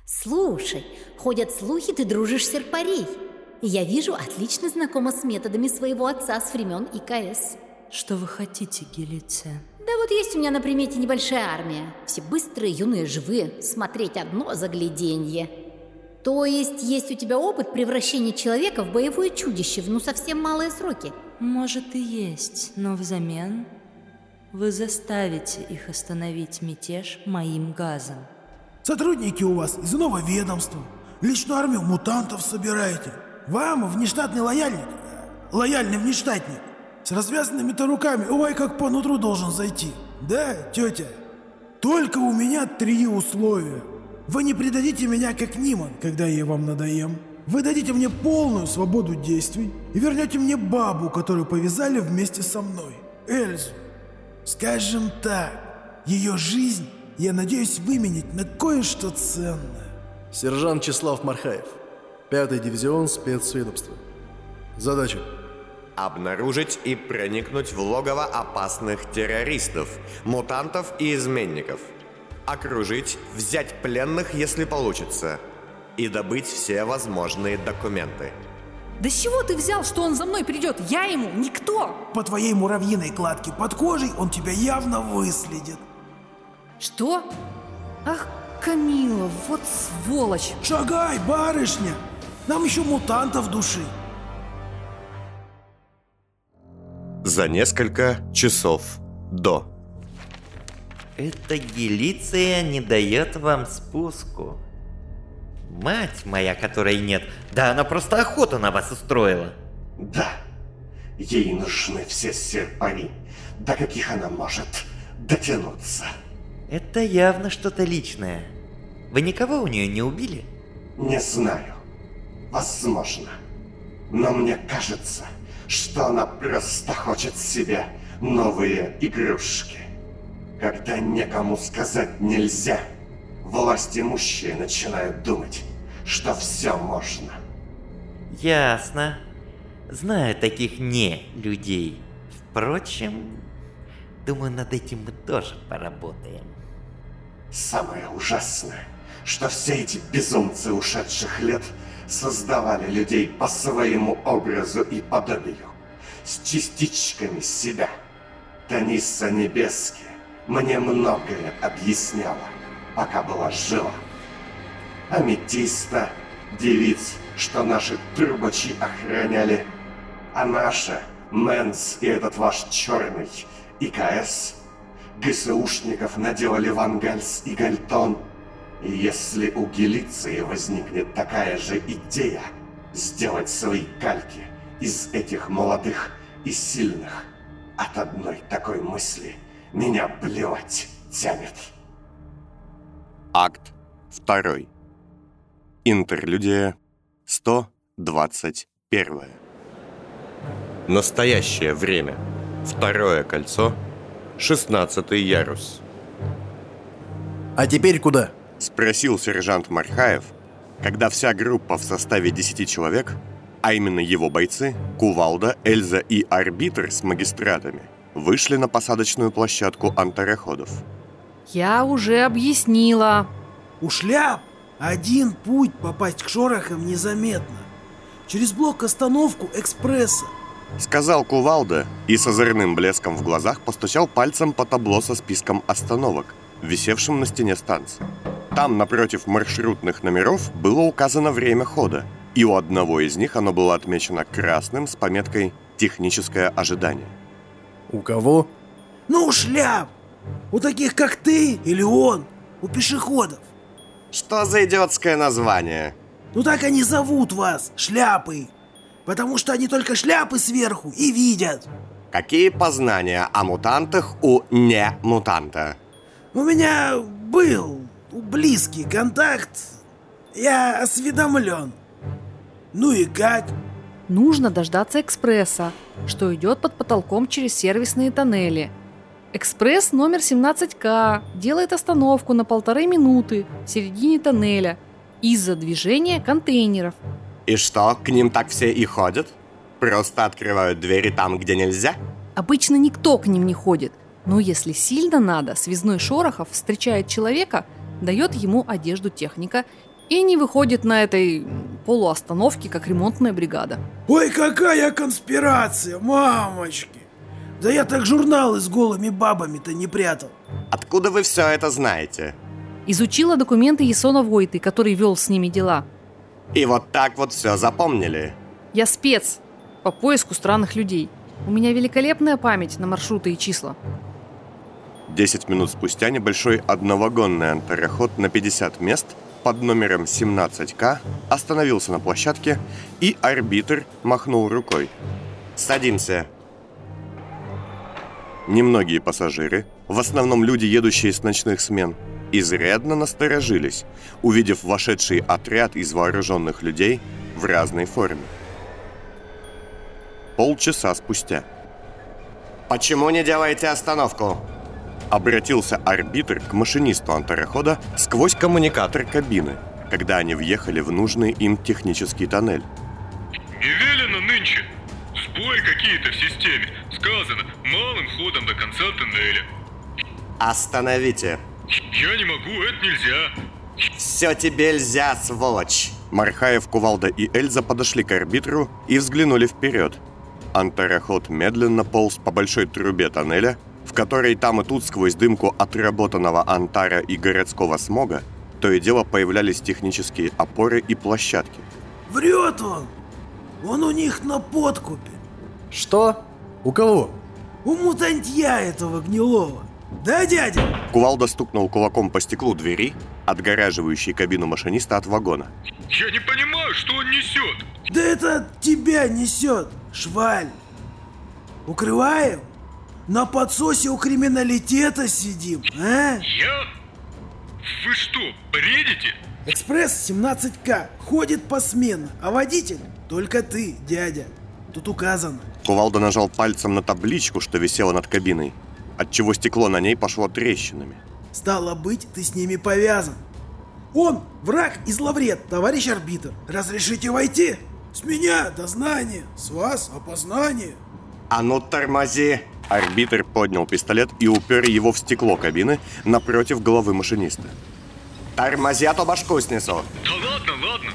Слушай, ходят слухи, ты дружишь с Серпарей. Я вижу, отлично знакома с методами своего отца с времен ИКС. Что вы хотите, Гелиция? Да вот есть у меня на примете небольшая армия. Все быстрые, юные, живые. Смотреть одно загляденье. То есть у тебя опыт превращения человека в боевое чудище в совсем малые сроки? Может и есть, но взамен вы заставите их остановить мятеж моим газом. Сотрудники у вас из иного ведомства. Личную армию мутантов собираете. Вам внештатный лояльный внештатник. С развязанными-то руками, ой, как по нутру должен зайти. Да, тетя? Только у меня 3 условия. Вы не предадите меня как Ниман, когда я вам надоем. Вы дадите мне полную свободу действий и вернете мне бабу, которую повязали вместе со мной, Эльзу. Скажем так, ее жизнь я надеюсь выменять на кое-что ценное. Сержант Числав Мархаев, 5-й дивизион спецведомства. Задача: обнаружить и проникнуть в логово опасных террористов, мутантов и изменников. Окружить, взять пленных, если получится. И добыть все возможные документы. Да с чего ты взял, что он за мной придет? Я ему никто! По твоей муравьиной кладке под кожей он тебя явно выследит. Что? Ах, Камила, вот сволочь! Шагай, барышня! Нам еще мутантов души. За несколько часов до. Эта Гелиция не дает вам спуску. Мать моя, которой нет, да она просто охоту на вас устроила. Да, ей нужны все серпари, до каких она может дотянуться. Это явно что-то личное. Вы никого у нее не убили? Не знаю. Возможно. Но мне кажется, что она просто хочет себе новые игрушки. Когда некому сказать нельзя, власть имущие начинают думать, что все можно. Ясно. Знаю таких не людей. Впрочем, думаю, над этим мы тоже поработаем. Самое ужасное, что все эти безумцы ушедших лет создавали людей по своему образу и подобию, с частичками себя. Танисса Небесская мне многое объясняла, пока была жива. Аметиста, девиц, что наши трубачи охраняли, а наша, Мэнс и этот ваш черный ИКС, ГСУшников наделали Вангальс и Гальтон. И если у Гелиции возникнет такая же идея сделать свои кальки из этих молодых и сильных, от одной такой мысли меня блевать тянет. Акт 2. Интерлюдия 121. Настоящее время. 2 кольцо. 16-й ярус. А теперь куда? Спросил сержант Мархаев, когда вся группа в составе 10 человек, а именно его бойцы, Кувалда, Эльза и арбитр с магистратами, вышли на посадочную площадку антароходов. Я уже объяснила. У шляп один путь попасть к шорохам незаметно. Через блок-остановку экспресса. Сказал Кувалда и с озорным блеском в глазах постучал пальцем по табло со списком остановок, висевшим на стене станции. Там, напротив маршрутных номеров, было указано время хода, и у одного из них оно было отмечено красным с пометкой «Техническое ожидание». У кого? Ну, шляп! У таких, как ты или он, у пешеходов. Что за идиотское название? Ну так они зовут вас, шляпы. Потому что они только шляпы сверху и видят. Какие познания о мутантах у не-мутанта? У меня был близкий контакт. Я осведомлен. Ну и как? Нужно дождаться экспресса, что идет под потолком через сервисные тоннели. Экспресс номер 17К делает остановку на 1,5 минуты в середине тоннеля из-за движения контейнеров. И что, к ним так все и ходят? Просто открывают двери там, где нельзя? Обычно никто к ним не ходит, но если сильно надо, связной Шорохов встречает человека, дает ему одежду техника и не выходит на этой полуостановке, как ремонтная бригада. Ой, какая конспирация, мамочки! Да я так журналы с голыми бабами-то не прятал. Откуда вы все это знаете? Изучила документы Ясона Войты, который вел с ними дела. И вот так вот все запомнили. Я спец по поиску странных людей. У меня великолепная память на маршруты и числа. 10 минут спустя небольшой одновагонный антероход на 50 мест под номером 17К остановился на площадке, и арбитр махнул рукой. «Садимся». Немногие пассажиры, в основном люди, едущие с ночных смен, изрядно насторожились, увидев вошедший отряд из вооруженных людей в разной форме. Полчаса спустя. «Почему не делаете остановку?» Обратился арбитр к машинисту антерохода сквозь коммуникатор кабины, когда они въехали в нужный им технический тоннель. «Не велено нынче. Сбои какие-то в системе. Сказано, малым ходом до конца тоннеля». «Остановите!» «Я не могу, это нельзя». «Все тебе нельзя, сволочь!» Мархаев, Кувалда и Эльза подошли к арбитру и взглянули вперед. Антероход медленно полз по большой трубе тоннеля, в которой там и тут сквозь дымку отработанного антара и городского смога то и дело появлялись технические опоры и площадки. Врет он! Он у них на подкупе. Что? У кого? У мутантья этого гнилого. Да, дядя? Кувалда стукнул кулаком по стеклу двери, отгораживающей кабину машиниста от вагона. «Я не понимаю, что он несет». Да это от тебя несет, шваль. Укрываем? На подсосе у криминалитета сидим, а? «Я? Вы что, бредите?» Экспресс 17К ходит посменно, а водитель только ты, дядя. Тут указано. Кувалда нажал пальцем на табличку, что висела над кабиной, отчего стекло на ней пошло трещинами. Стало быть, ты с ними повязан. Он враг и зловред, товарищ арбитр. Разрешите войти? С меня дознание, с вас опознание. «А ну тормози!» Арбитр поднял пистолет и упер его в стекло кабины напротив головы машиниста. «Тормози, а то башку снесу!» «Да ладно, ладно».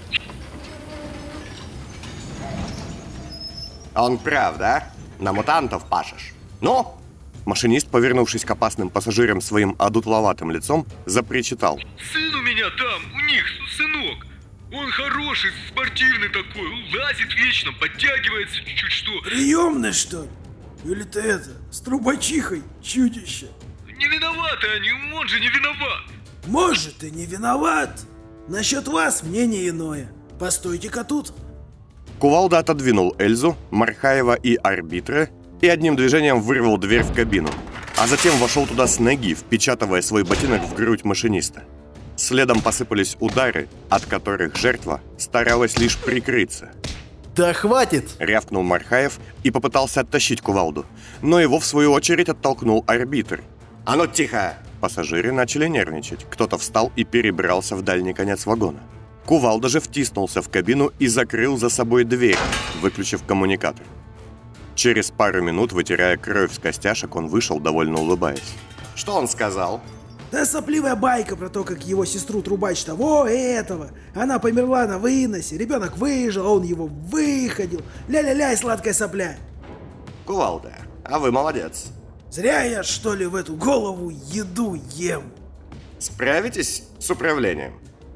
«Он прав, да? На мутантов пашешь. Ну?» Машинист, повернувшись к опасным пассажирам своим одутловатым лицом, запричитал. «Сын у меня там, у них, сынок. Он хороший, спортивный такой, лазит вечно, подтягивается чуть-чуть что». Приемный, что ли? Или ты это, с трубочихой, чудище? Не виноваты они, он же не виноват. Может, и не виноват. Насчет вас мнение иное. Постойте-ка тут. Кувалда отодвинул Эльзу, Мархаева и арбитра и одним движением вырвал дверь в кабину, а затем вошел туда с ноги, впечатывая свой ботинок в грудь машиниста. Следом посыпались удары, от которых жертва старалась лишь прикрыться. Да хватит! Рявкнул Мархаев и попытался оттащить Кувалду, но его в свою очередь оттолкнул арбитр. «А ну тихо!» Пассажиры начали нервничать. Кто-то встал и перебрался в дальний конец вагона. Кувалда же втиснулся в кабину и закрыл за собой дверь, выключив коммуникатор. Через пару минут, вытирая кровь с костяшек, он вышел, довольно улыбаясь. «Что он сказал?» Да сопливая байка про то, как его сестру трубач того, этого. Она померла на выносе, ребенок выжил, а он его выходил. Ля-ля-ля и сладкая сопля. «Кувалда, а вы молодец. Зря я, что ли, в эту голову еду ем. Справитесь с управлением?»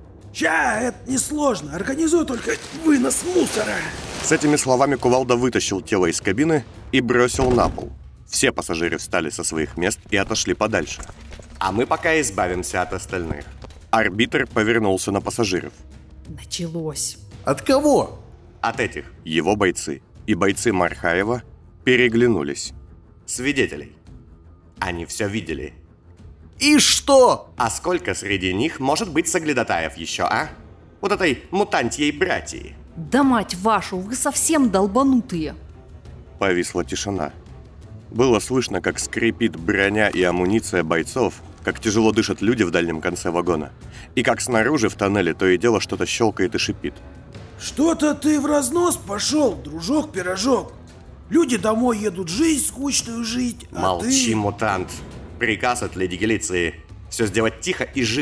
Ща, это несложно. Организуй только вынос мусора. С этими словами Кувалда вытащил тело из кабины и бросил на пол. Все пассажиры встали со своих мест и отошли подальше. «А мы пока избавимся от остальных». Арбитр повернулся на пассажиров. Началось. От кого? От этих. Его бойцы и бойцы Мархаева переглянулись. Свидетелей. Они все видели. И что? А сколько среди них может быть соглядатаев еще, а? Вот этой мутантьей братьи. Да мать вашу, вы совсем долбанутые. Повисла тишина. Было слышно, как скрипит броня и амуниция бойцов, как тяжело дышат люди в дальнем конце вагона, и как снаружи в тоннеле то и дело что-то щелкает и шипит. Что-то ты в разнос пошел, дружок-пирожок. Люди домой едут жизнь скучную жить, а Молчи, ты... мутант. Приказ от леди Гелиции. Все сделать тихо и живо.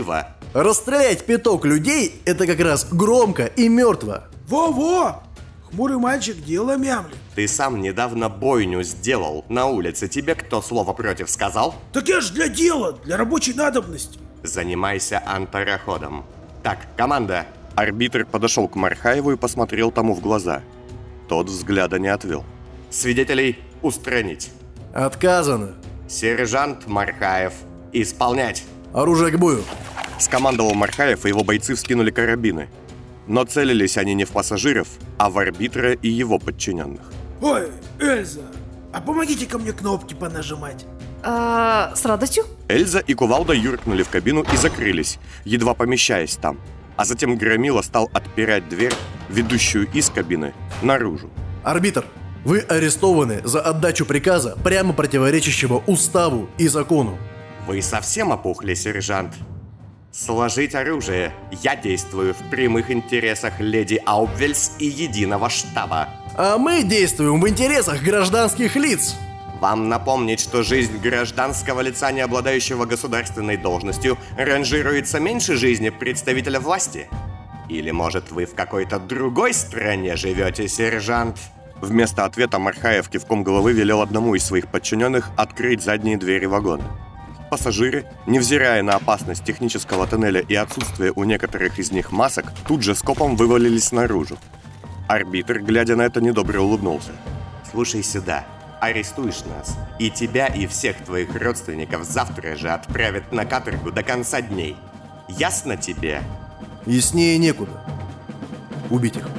Расстрелять пяток людей – это как раз громко и мертво. Во-во! Хмурый мальчик дело мямлит. Ты сам недавно бойню сделал на улице. Тебе кто слово против сказал? Так я ж для дела, для рабочей надобности. Занимайся антароходом. Так, команда. Арбитр подошел к Мархаеву и посмотрел тому в глаза. Тот взгляда не отвел. Свидетелей устранить. Отказано. Сержант Мархаев. Исполнять. Оружие к бою. Скомандовал Мархаев, и его бойцы вскинули карабины. Но целились они не в пассажиров, а в арбитра и его подчиненных. Ой, Эльза, а помогите-ка мне кнопки понажимать. С радостью. Эльза и Кувалда юркнули в кабину и закрылись, едва помещаясь там. А затем Громила стал отпирать дверь, ведущую из кабины, наружу. Арбитр, вы арестованы за отдачу приказа, прямо противоречащего уставу и закону. Вы совсем опухли, сержант? Сложить оружие. Я действую в прямых интересах леди Аупвельс и единого штаба. А мы действуем в интересах гражданских лиц. Вам напомнить, что жизнь гражданского лица, не обладающего государственной должностью, ранжируется меньше жизни представителя власти? Или, может, вы в какой-то другой стране живете, сержант? Вместо ответа Мархаев кивком головы велел одному из своих подчиненных открыть задние двери вагона. Пассажиры, невзирая на опасность технического тоннеля и отсутствие у некоторых из них масок, тут же скопом вывалились наружу. Арбитр, глядя на это, недобро улыбнулся. «Слушай сюда. Арестуешь нас, и тебя, и всех твоих родственников завтра же отправят на каторгу до конца дней. Ясно тебе?» Яснее некуда. Убить их.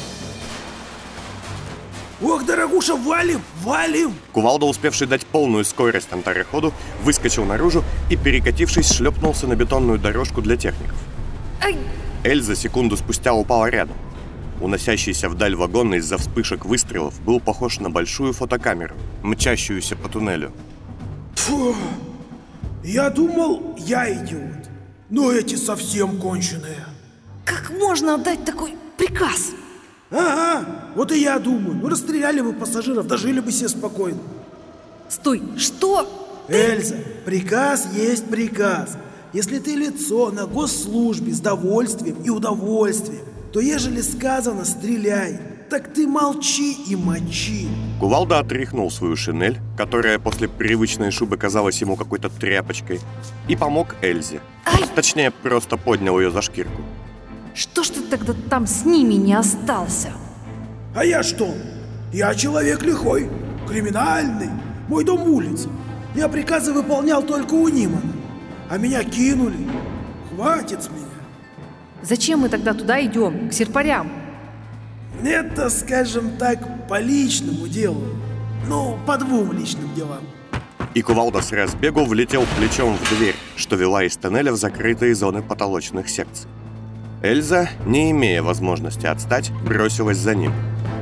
Ох, дорогуша, валим, валим! Кувалда, успевший дать полную скорость антароходу, выскочил наружу и, перекатившись, шлепнулся на бетонную дорожку для техников. Ай! Эльза секунду спустя упала рядом. Уносящийся вдаль вагон из-за вспышек выстрелов был похож на большую фотокамеру, мчащуюся по туннелю. Фу, я думал, я идиот, но эти совсем конченые. Как можно отдать такой приказ? Ага, вот и я думаю, ну расстреляли бы пассажиров, дожили бы все спокойно. Стой, что? Эльза, приказ есть приказ. Если ты лицо на госслужбе с довольствием и удовольствием, то ежели сказано «стреляй», так ты молчи и мочи. Кувалда отряхнул свою шинель, которая после привычной шубы казалась ему какой-то тряпочкой, и помог Эльзе. Ай! Точнее, просто поднял ее за шкирку. Что ж ты тогда там с ними не остался? А я что? Я человек лихой, криминальный, мой дом улица. Я приказы выполнял только у Нимана, а меня кинули. Хватит с меня. Зачем мы тогда туда идем, к серпарям? Это, скажем так, по личному делу. Ну, по двум личным делам. И Кувалда с разбегу влетел плечом в дверь, что вела из тоннеля в закрытые зоны потолочных секций. Эльза, не имея возможности отстать, бросилась за ним.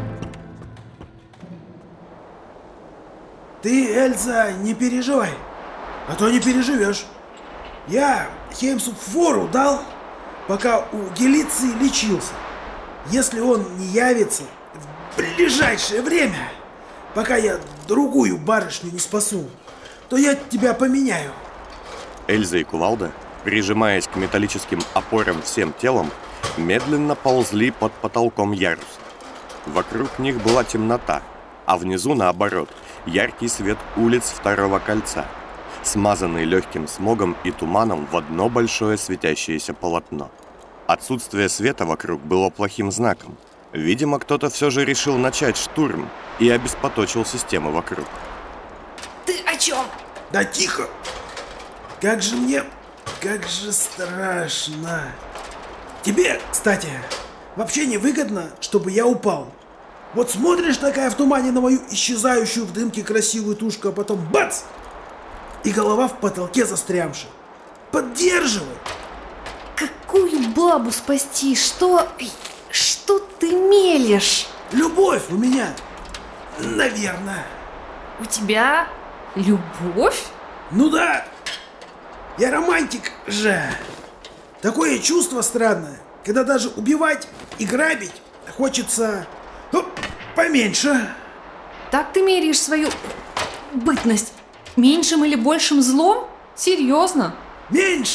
Ты, Эльза, не переживай, а то не переживешь. Я Хеймсу фору дал, пока у Гелиции лечился. Если он не явится в ближайшее время, пока я другую барышню не спасу, то я тебя поменяю. Эльза и Кувалда, прижимаясь к металлическим опорам всем телом, медленно ползли под потолком яруса. Вокруг них была темнота, а внизу, наоборот, яркий свет улиц второго кольца, смазанный легким смогом и туманом в одно большое светящееся полотно. Отсутствие света вокруг было плохим знаком. Видимо, кто-то все же решил начать штурм и обеспоточил системы вокруг. Ты о чем? Да тихо! Как же страшно. Тебе, кстати, вообще не выгодно, чтобы я упал. Вот смотришь такая в тумане на мою исчезающую в дымке красивую тушку, а потом бац! И голова в потолке застрявшая. Поддерживай! Какую бабу спасти? Что ты мелешь? Любовь у меня, наверное. У тебя любовь? Ну да, я романтик же. Такое чувство странное, когда даже убивать и грабить хочется, поменьше. Так ты меряешь свою бытность? Меньшим или большим злом? Серьезно? Меньше,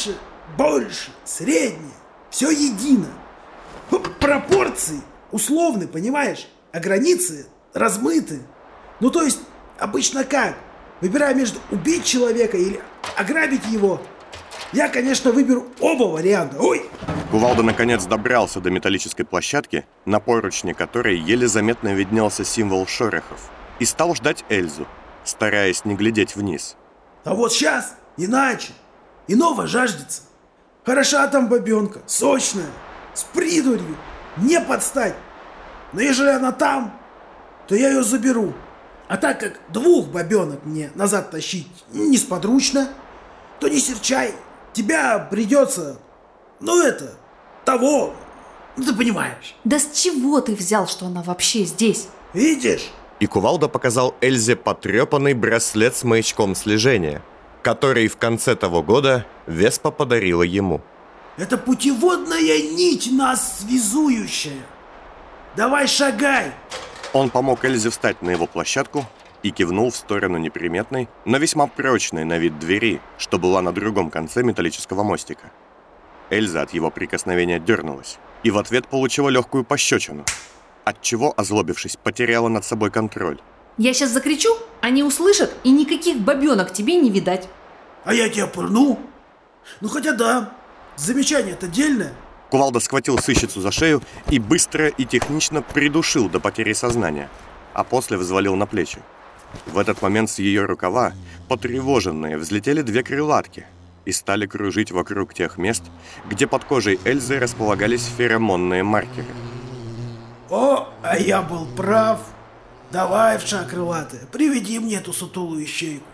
больше, среднее, все едино. Пропорции условны, понимаешь, а границы размыты. Ну то есть, обычно как? Выбирая между убить человека или ограбить его, я, конечно, выберу оба варианта. Ой! Кувалда наконец добрался до металлической площадки, на поручне которой еле заметно виднелся символ шорохов, и стал ждать Эльзу, стараясь не глядеть вниз. А вот сейчас иначе. Иного жаждется. Хороша там бабенка, сочная, с придурью, не подстать. Но ежели она там, то я ее заберу. А так как 2 бабенок мне назад тащить несподручно, то не серчай, тебя придется, того, ты понимаешь. Да с чего ты взял, что она вообще здесь? Видишь? И Кувалда показал Эльзе потрепанный браслет с маячком слежения, который в конце того года Веспа подарила ему. Это путеводная нить нас связующая. Давай шагай. Он помог Эльзе встать на его площадку и кивнул в сторону неприметной, но весьма прочной на вид двери, что была на другом конце металлического мостика. Эльза от его прикосновения дернулась и в ответ получила легкую пощечину, отчего, озлобившись, потеряла над собой контроль. Я сейчас закричу, они услышат, и никаких бабенок тебе не видать. А я тебя пырну? Ну хотя да, замечание-то дельное. Кувалда схватил сыщицу за шею и быстро и технично придушил до потери сознания, а после взвалил на плечи. В этот момент с ее рукава, потревоженные, взлетели 2 крылатки и стали кружить вокруг тех мест, где под кожей Эльзы располагались феромонные маркеры. О, а я был прав. Давай, овца крылатая, приведи мне эту сутулую ищейку.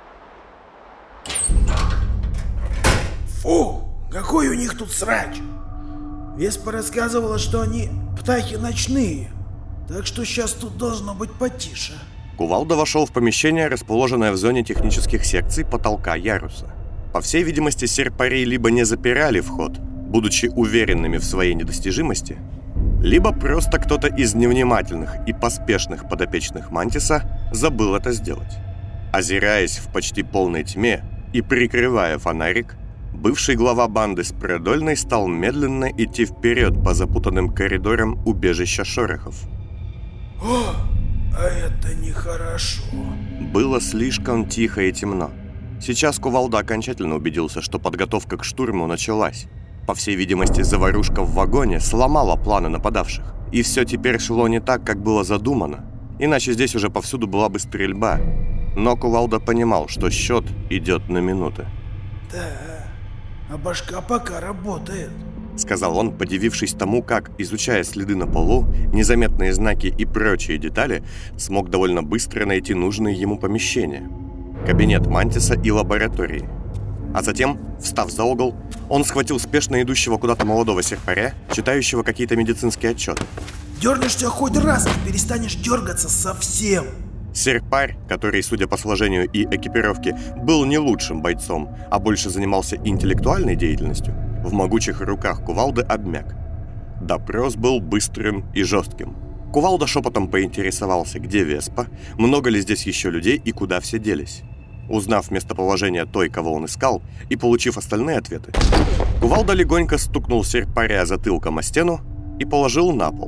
Фу, какой у них тут срач. Веспа рассказывала, что они птахи ночные, так что сейчас тут должно быть потише. Кувалда вошел в помещение, расположенное в зоне технических секций потолка яруса. По всей видимости, серпари либо не запирали вход, будучи уверенными в своей недостижимости, либо просто кто-то из невнимательных и поспешных подопечных Мантиса забыл это сделать. Озираясь в почти полной тьме и прикрывая фонарик, бывший глава банды Спредольной стал медленно идти вперед по запутанным коридорам убежища шорохов. О, а это нехорошо. Было слишком тихо и темно. Сейчас Кувалда окончательно убедился, что подготовка к штурму началась. По всей видимости, заварушка в вагоне сломала планы нападавших, и все теперь шло не так, как было задумано. Иначе здесь уже повсюду была бы стрельба. Но Кувалда понимал, что счет идет на минуты. Да, а башка пока работает, сказал он, подивившись тому, как, изучая следы на полу, незаметные знаки и прочие детали, смог довольно быстро найти нужные ему помещения. Кабинет Мантиса и лаборатории. А затем, встав за угол, он схватил спешно идущего куда-то молодого серпаря, читающего какие-то медицинские отчеты. Дернешься хоть раз и перестанешь дергаться совсем. Серпарь, который, судя по сложению и экипировке, был не лучшим бойцом, а больше занимался интеллектуальной деятельностью, в могучих руках Кувалды обмяк. Допрос был быстрым и жестким. Кувалда шепотом поинтересовался, где Веспа, много ли здесь еще людей и куда все делись. Узнав местоположение той, кого он искал, и получив остальные ответы, Кувалда легонько стукнул серпаря затылком о стену и положил на пол.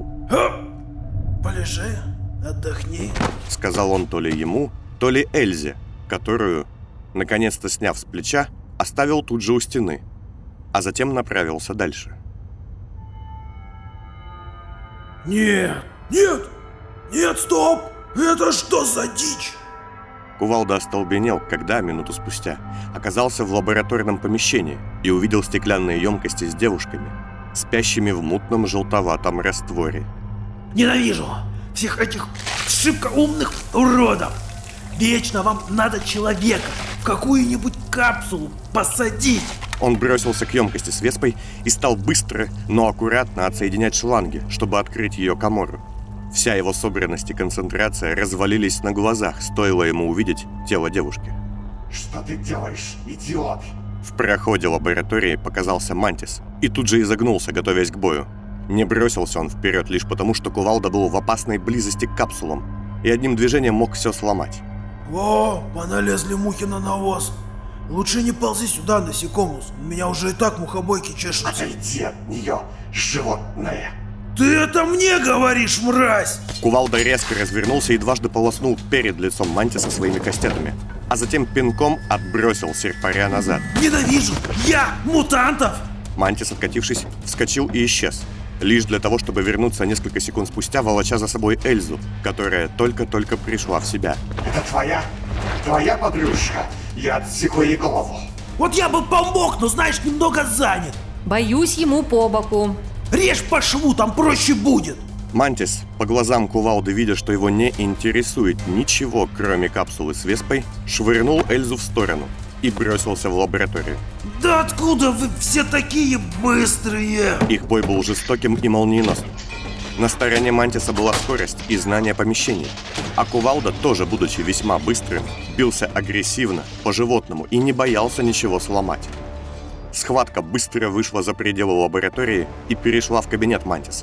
«Полежи, отдохни», — сказал он то ли ему, то ли Эльзе, которую, наконец-то сняв с плеча, оставил тут же у стены, а затем направился дальше. «Нет, нет, нет, стоп! Это что за дичь?» Кувалда остолбенел, когда, минуту спустя, оказался в лабораторном помещении и увидел стеклянные емкости с девушками, спящими в мутном желтоватом растворе. «Ненавижу всех этих шибко умных уродов! Вечно вам надо человека в какую-нибудь капсулу посадить!» Он бросился к емкости с Веспой и стал быстро, но аккуратно отсоединять шланги, чтобы открыть ее камору. Вся его собранность и концентрация развалились на глазах, стоило ему увидеть тело девушки. «Что ты делаешь, идиот?» В проходе лаборатории показался Мантис и тут же изогнулся, готовясь к бою. Не бросился он вперед лишь потому, что Кувалда был в опасной близости к капсулам и одним движением мог все сломать. «Во, поналезли мухи на навоз! Лучше не ползи сюда, насекомус. Меня уже и так мухобойки чешутся. Отойди от нее, животное. Ты это мне говоришь, мразь? Кувалда резко развернулся и дважды полоснул перед лицом Мантиса своими кастетами, а затем пинком отбросил серпаря назад. Ненавижу! Я мутантов! Мантис, откатившись, вскочил и исчез, лишь для того, чтобы вернуться несколько секунд спустя, волоча за собой Эльзу, которая только-только пришла в себя. Это твоя подружка? Я отсеку ей голову. Вот я бы помог, но, знаешь, немного занят. Боюсь ему по боку. Режь по шву, там проще будет. Мантис, по глазам Кувалды, видя, что его не интересует ничего, кроме капсулы с Веспой, швырнул Эльзу в сторону и бросился в лабораторию. Да откуда вы все такие быстрые? Их бой был жестоким и молниеносным. На стороне Мантиса была скорость и знание помещений, а Кувалда, тоже будучи весьма быстрым, бился агрессивно, по-животному и не боялся ничего сломать. Схватка быстро вышла за пределы лаборатории и перешла в кабинет Мантиса.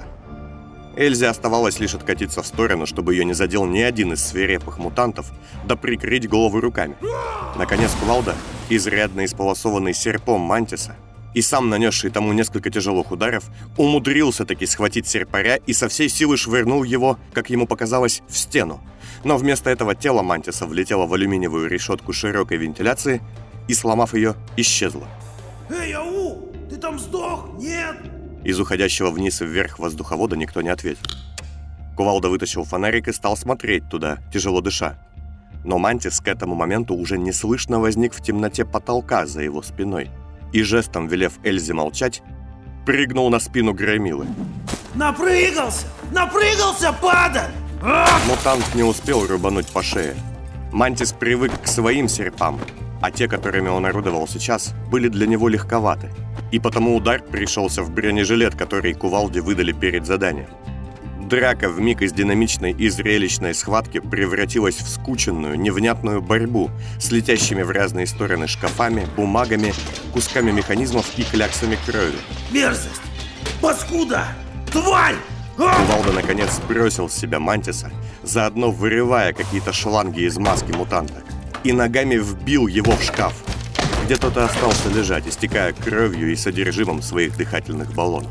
Эльзе оставалось лишь откатиться в сторону, чтобы ее не задел ни один из свирепых мутантов, да прикрыть голову руками. Наконец Кувалда, изрядно исполосованный серпом Мантиса и сам нанесший тому несколько тяжелых ударов, умудрился таки схватить серпаря и со всей силы швырнул его, как ему показалось, в стену. Но вместо этого тело Мантиса влетело в алюминиевую решетку широкой вентиляции и, сломав ее, исчезло. Эй, ау! Ты там сдох? Нет? Из уходящего вниз и вверх воздуховода никто не ответил. Кувалда вытащил фонарик и стал смотреть туда, тяжело дыша. Но Мантис к этому моменту уже неслышно возник в темноте потолка за его спиной и, жестом велев Эльзе молчать, прыгнул на спину Громилы. Напрыгался! Напрыгался, падаль! Мутант не успел рубануть по шее. Мантис привык к своим серпам, а те, которыми он орудовал сейчас, были для него легковаты. И потому удар пришелся в бронежилет, который Кувалде выдали перед заданием. Драка вмиг из динамичной и зрелищной схватки превратилась в скученную, невнятную борьбу с летящими в разные стороны шкафами, бумагами, кусками механизмов и кляксами крови. Мерзость! Паскуда! Тварь! Кувалда наконец сбросил с себя Мантиса, заодно вырывая какие-то шланги из маски мутанта, и ногами вбил его в шкаф, где тот и остался лежать, истекая кровью и содержимым своих дыхательных баллонов.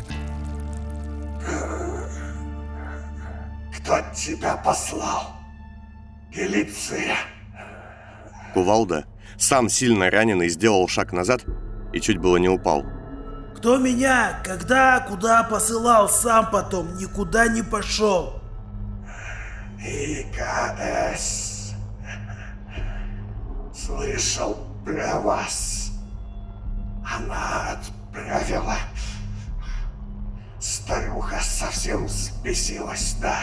Кто тебя послал? Гелиция. Кувалда, сам сильно раненый, сделал шаг назад и чуть было не упал. Кто меня, когда, куда посылал, сам потом никуда не пошел. ИКС. Слышал про вас. Она отправила. Старуха совсем взбесилась, да?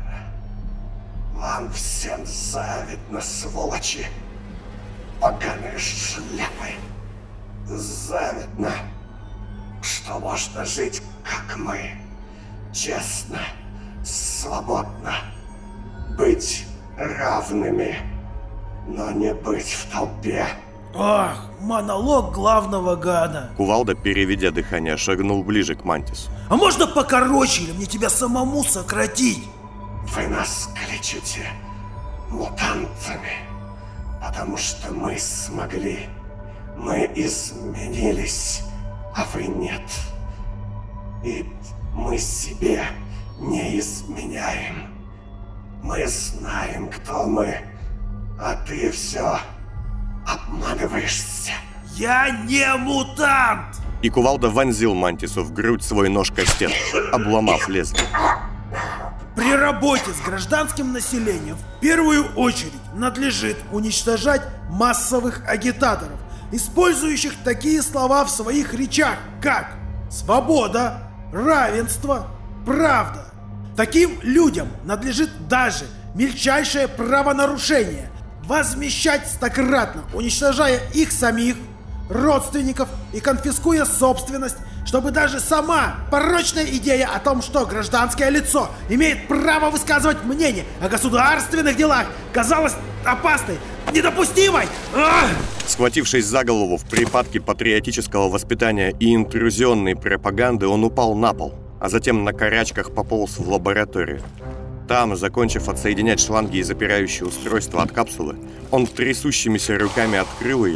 Вам всем завидно, сволочи. Поганые шляпы. Завидно, что можно жить, как мы. Честно, свободно. Быть равными, но не быть в толпе. Ах, монолог главного гада. Кувалда, переведя дыхание, шагнул ближе к Мантису. А можно покороче, или мне тебя самому сократить? Вы нас кличете мутантами, потому что мы смогли. Мы изменились, а вы нет. И мы себе не изменяем. Мы знаем, кто мы, а ты все обманываешься. Я не мутант! И Кувалда вонзил Мантису в грудь свой нож-кастет, обломав лезвие. При работе с гражданским населением в первую очередь надлежит уничтожать массовых агитаторов, использующих такие слова в своих речах, как свобода, равенство, правда. Таким людям надлежит даже мельчайшее правонарушение возмещать стократно, уничтожая их самих, родственников и конфискуя собственность, чтобы даже сама порочная идея о том, что гражданское лицо имеет право высказывать мнение о государственных делах, казалась опасной, недопустимой. Схватившись за голову в припадке патриотического воспитания и интрузионной пропаганды, он упал на пол, а затем на карачках пополз в лабораторию. Там, закончив отсоединять шланги и запирающие устройства от капсулы, он трясущимися руками открыл ее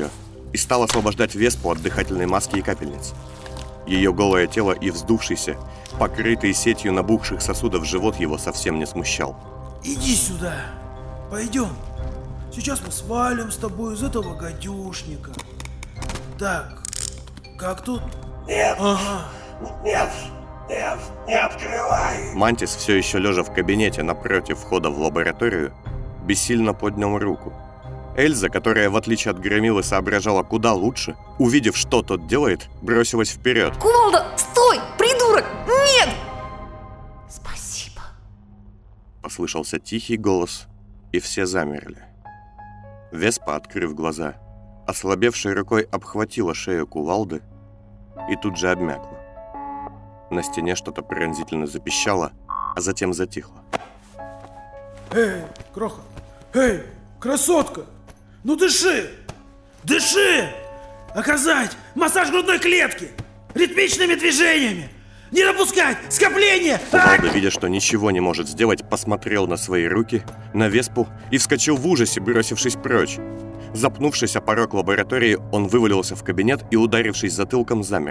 и стал освобождать Веспу от дыхательной маски и капельниц. Ее голое тело и вздувшийся, покрытый сетью набухших сосудов живот его совсем не смущал. Иди сюда. Пойдем. Сейчас мы свалим с тобой из этого гадюшника. Так, как тут? Нет, Ага. нет, нет, не открывай. Мантис, все еще лежа в кабинете напротив входа в лабораторию, бессильно поднял руку. Эльза, которая в отличие от Громилы соображала куда лучше, увидев, что тот делает, бросилась вперед. Кувалда, стой! Придурок! Нет! Спасибо. Послышался тихий голос, и все замерли. Веспа, открыв глаза, ослабевшей рукой обхватила шею Кувалды и тут же обмякла. На стене что-то пронзительно запищало, а затем затихло. Эй, Кроха! Эй, красотка! Ну дыши! Дыши! Оказать массаж грудной клетки! Ритмичными движениями! Не допускать скопления! Кувалда, видя, что ничего не может сделать, посмотрел на свои руки, на Веспу и вскочил в ужасе, бросившись прочь. Запнувшись о порог лаборатории, он вывалился в кабинет и, ударившись затылком, замер.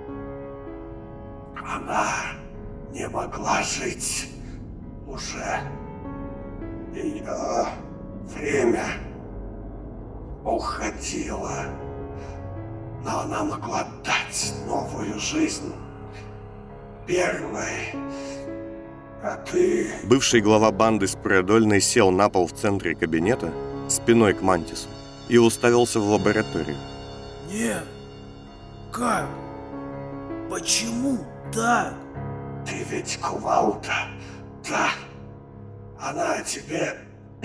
Она не могла жить уже. Ее время уходило. Но она могла дать новую жизнь. Первой. А ты... Бывший глава банды Спреодольной сел на пол в центре кабинета, спиной к Мантису, и уставился в лабораторию. Нет. Как? Почему так? Ты ведь Кувалда, да? Она о тебе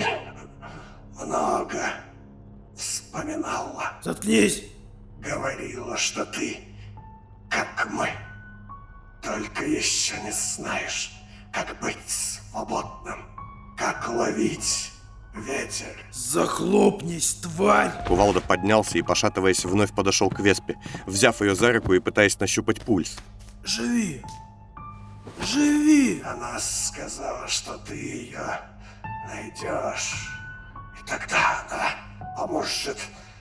много вспоминала. Заткнись. Говорила, что ты, как мы, только еще не знаешь, как быть свободным, как ловить ветер. Захлопнись, тварь! Кувалда поднялся и, пошатываясь, вновь подошел к Веспе, взяв ее за руку и пытаясь нащупать пульс. Живи! Живи! Она сказала, что ты ее найдешь. И тогда она поможет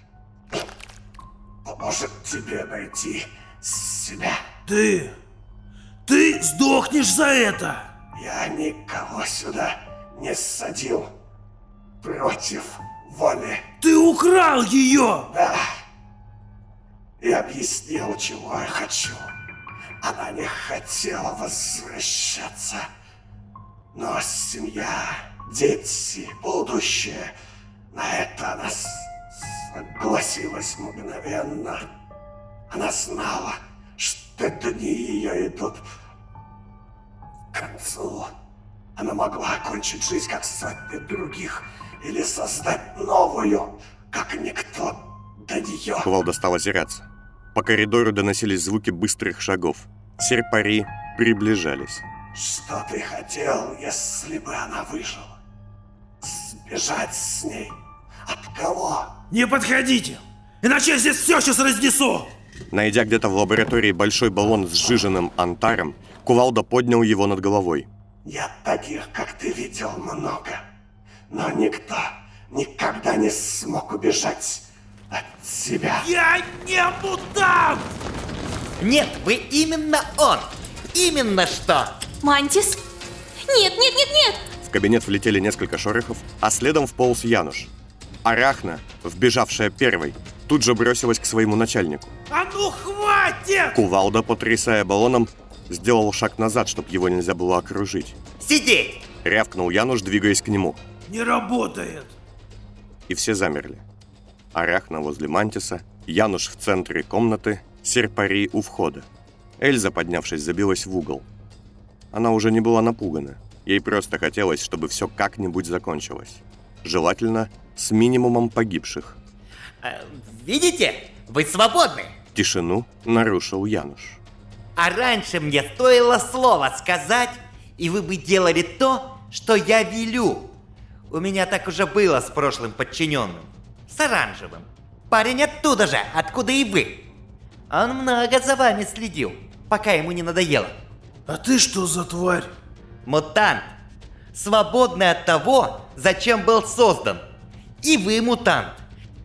тебе найти себя. Ты сдохнешь за это! Я никого сюда не ссадил против воли. Ты украл ее! Да. И объяснил, чего я хочу. Она не хотела возвращаться. Но семья, дети, будущее, на это она согласилась мгновенно. Она знала, что дни ее идут к концу. Она могла окончить жизнь, как сотни других, или создать новую, как никто до нее. Кувалда стал озираться. По коридору доносились звуки быстрых шагов. Серпари приближались. Что ты хотел, если бы она выжила? Сбежать с ней? От кого? Не подходите! Иначе я здесь все сейчас разнесу! Найдя где-то в лаборатории большой баллон с сжиженным антаром, Кувалда поднял его над головой. Я таких, как ты, видел много. Но никто никогда не смог убежать от тебя. Я не мутант! Нет, вы именно он! Именно что! Мантис? Нет, нет, нет, нет! В кабинет влетели несколько шорохов, а следом вполз Януш. Арахна, вбежавшая первой, тут же бросилась к своему начальнику. А ну хватит! Кувалда, потрясая баллоном, сделал шаг назад, чтобы его нельзя было окружить. Сидеть! Рявкнул Януш, двигаясь к нему. Не работает! И все замерли. Арахна возле Мантиса, Януш в центре комнаты, Серпари у входа. Эльза, поднявшись, забилась в угол. Она уже не была напугана. Ей просто хотелось, чтобы все как-нибудь закончилось. Желательно с минимумом погибших. Видите? Вы свободны! Тишину нарушил Януш. А раньше мне стоило слово сказать, и вы бы делали то, что я велю. У меня так уже было с прошлым подчиненным. С оранжевым. Парень оттуда же, откуда и вы. Он много за вами следил, пока ему не надоело. А ты что за тварь? Мутант. Свободный от того, зачем был создан. И вы мутант.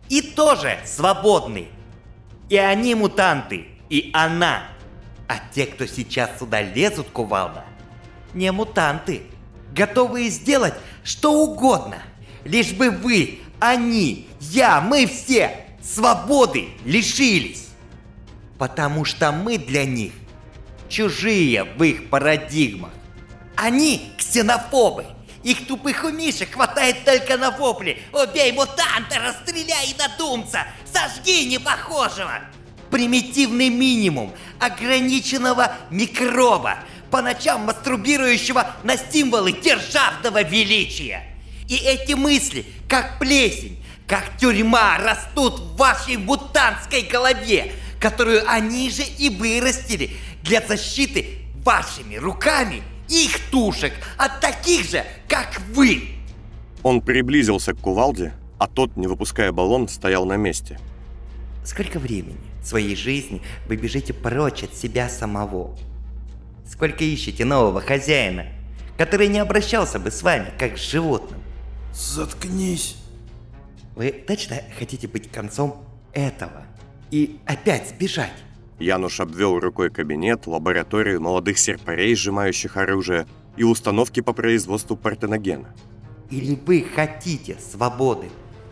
и тоже свободны. И они мутанты, и она. А те, кто сейчас сюда лезут, Кувалда, не мутанты, готовые сделать что угодно, лишь бы вы, они, я, мы все свободы лишились. Потому что мы для них чужие в их парадигмах. Они ксенофобы. Их тупых умишек хватает только на вопли. Убей мутанта, расстреляй инодумца, сожги непохожего. Примитивный минимум ограниченного микроба, по ночам мастурбирующего на символы державного величия. И эти мысли, как плесень, как тюрьма, растут в вашей мутантской голове, которую они же и вырастили для защиты вашими руками их тушек от таких же, как вы. Он приблизился к Кувалде, а тот, не выпуская баллон, стоял на месте. Сколько времени в своей жизни вы бежите прочь от себя самого? Сколько ищете нового хозяина, который не обращался бы с вами, как с животным? Заткнись. Вы точно хотите быть концом этого и опять сбежать? Януш обвел рукой кабинет, лабораторию молодых серпарей, сжимающих оружие, и установки по производству партеногена. Или вы хотите свободы?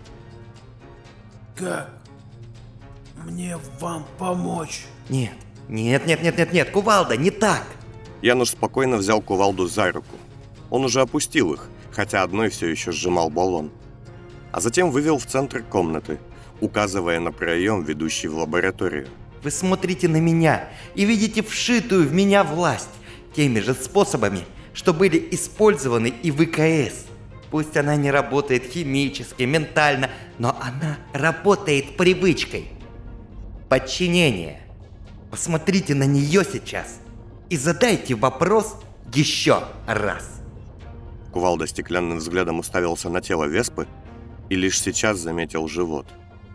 Как мне вам помочь? Нет, Кувалда, не так. Януш спокойно взял Кувалду за руку. Он уже опустил их, хотя одной все еще сжимал баллон. А затем вывел в центр комнаты, указывая на проем, ведущий в лабораторию. Вы смотрите на меня и видите вшитую в меня власть теми же способами, что были использованы и в ИКС. Пусть она не работает химически, ментально, но она работает привычкой. Подчинение. Посмотрите на нее сейчас и задайте вопрос еще раз. Кувалда стеклянным взглядом уставился на тело Веспы и лишь сейчас заметил живот.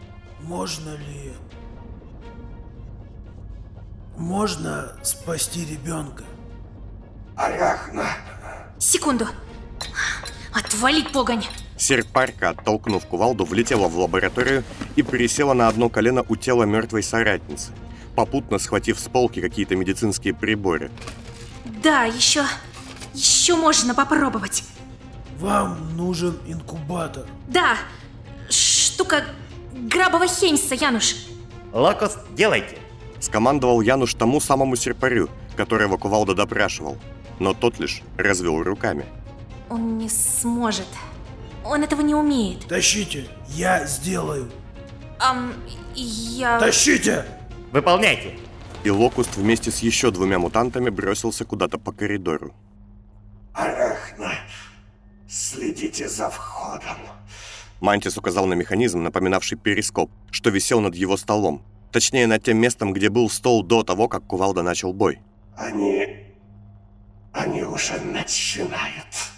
Можно спасти ребенка? Арахна. Секунду. Отвалить погонь. Серпарка, оттолкнув Кувалду, влетела в лабораторию и пересела на одно колено у тела мертвой соратницы, попутно схватив с полки какие-то медицинские приборы. Да, еще можно попробовать. Вам нужен инкубатор. Да, штука Грабова Хеймса, Януш. Локус, делайте. Скомандовал Януш тому самому серпарю, которого Кувалда допрашивал, но тот лишь развел руками. Он не сможет. Он этого не умеет. Тащите, я сделаю. Я... Тащите! Выполняйте. И Локуст вместе с еще двумя мутантами бросился куда-то по коридору. Арахна, следите за входом. Мантис указал на механизм, напоминавший перископ, что висел над его столом. Точнее, над тем местом, где был стол до того, как Кувалда начал бой. Они уже начинают.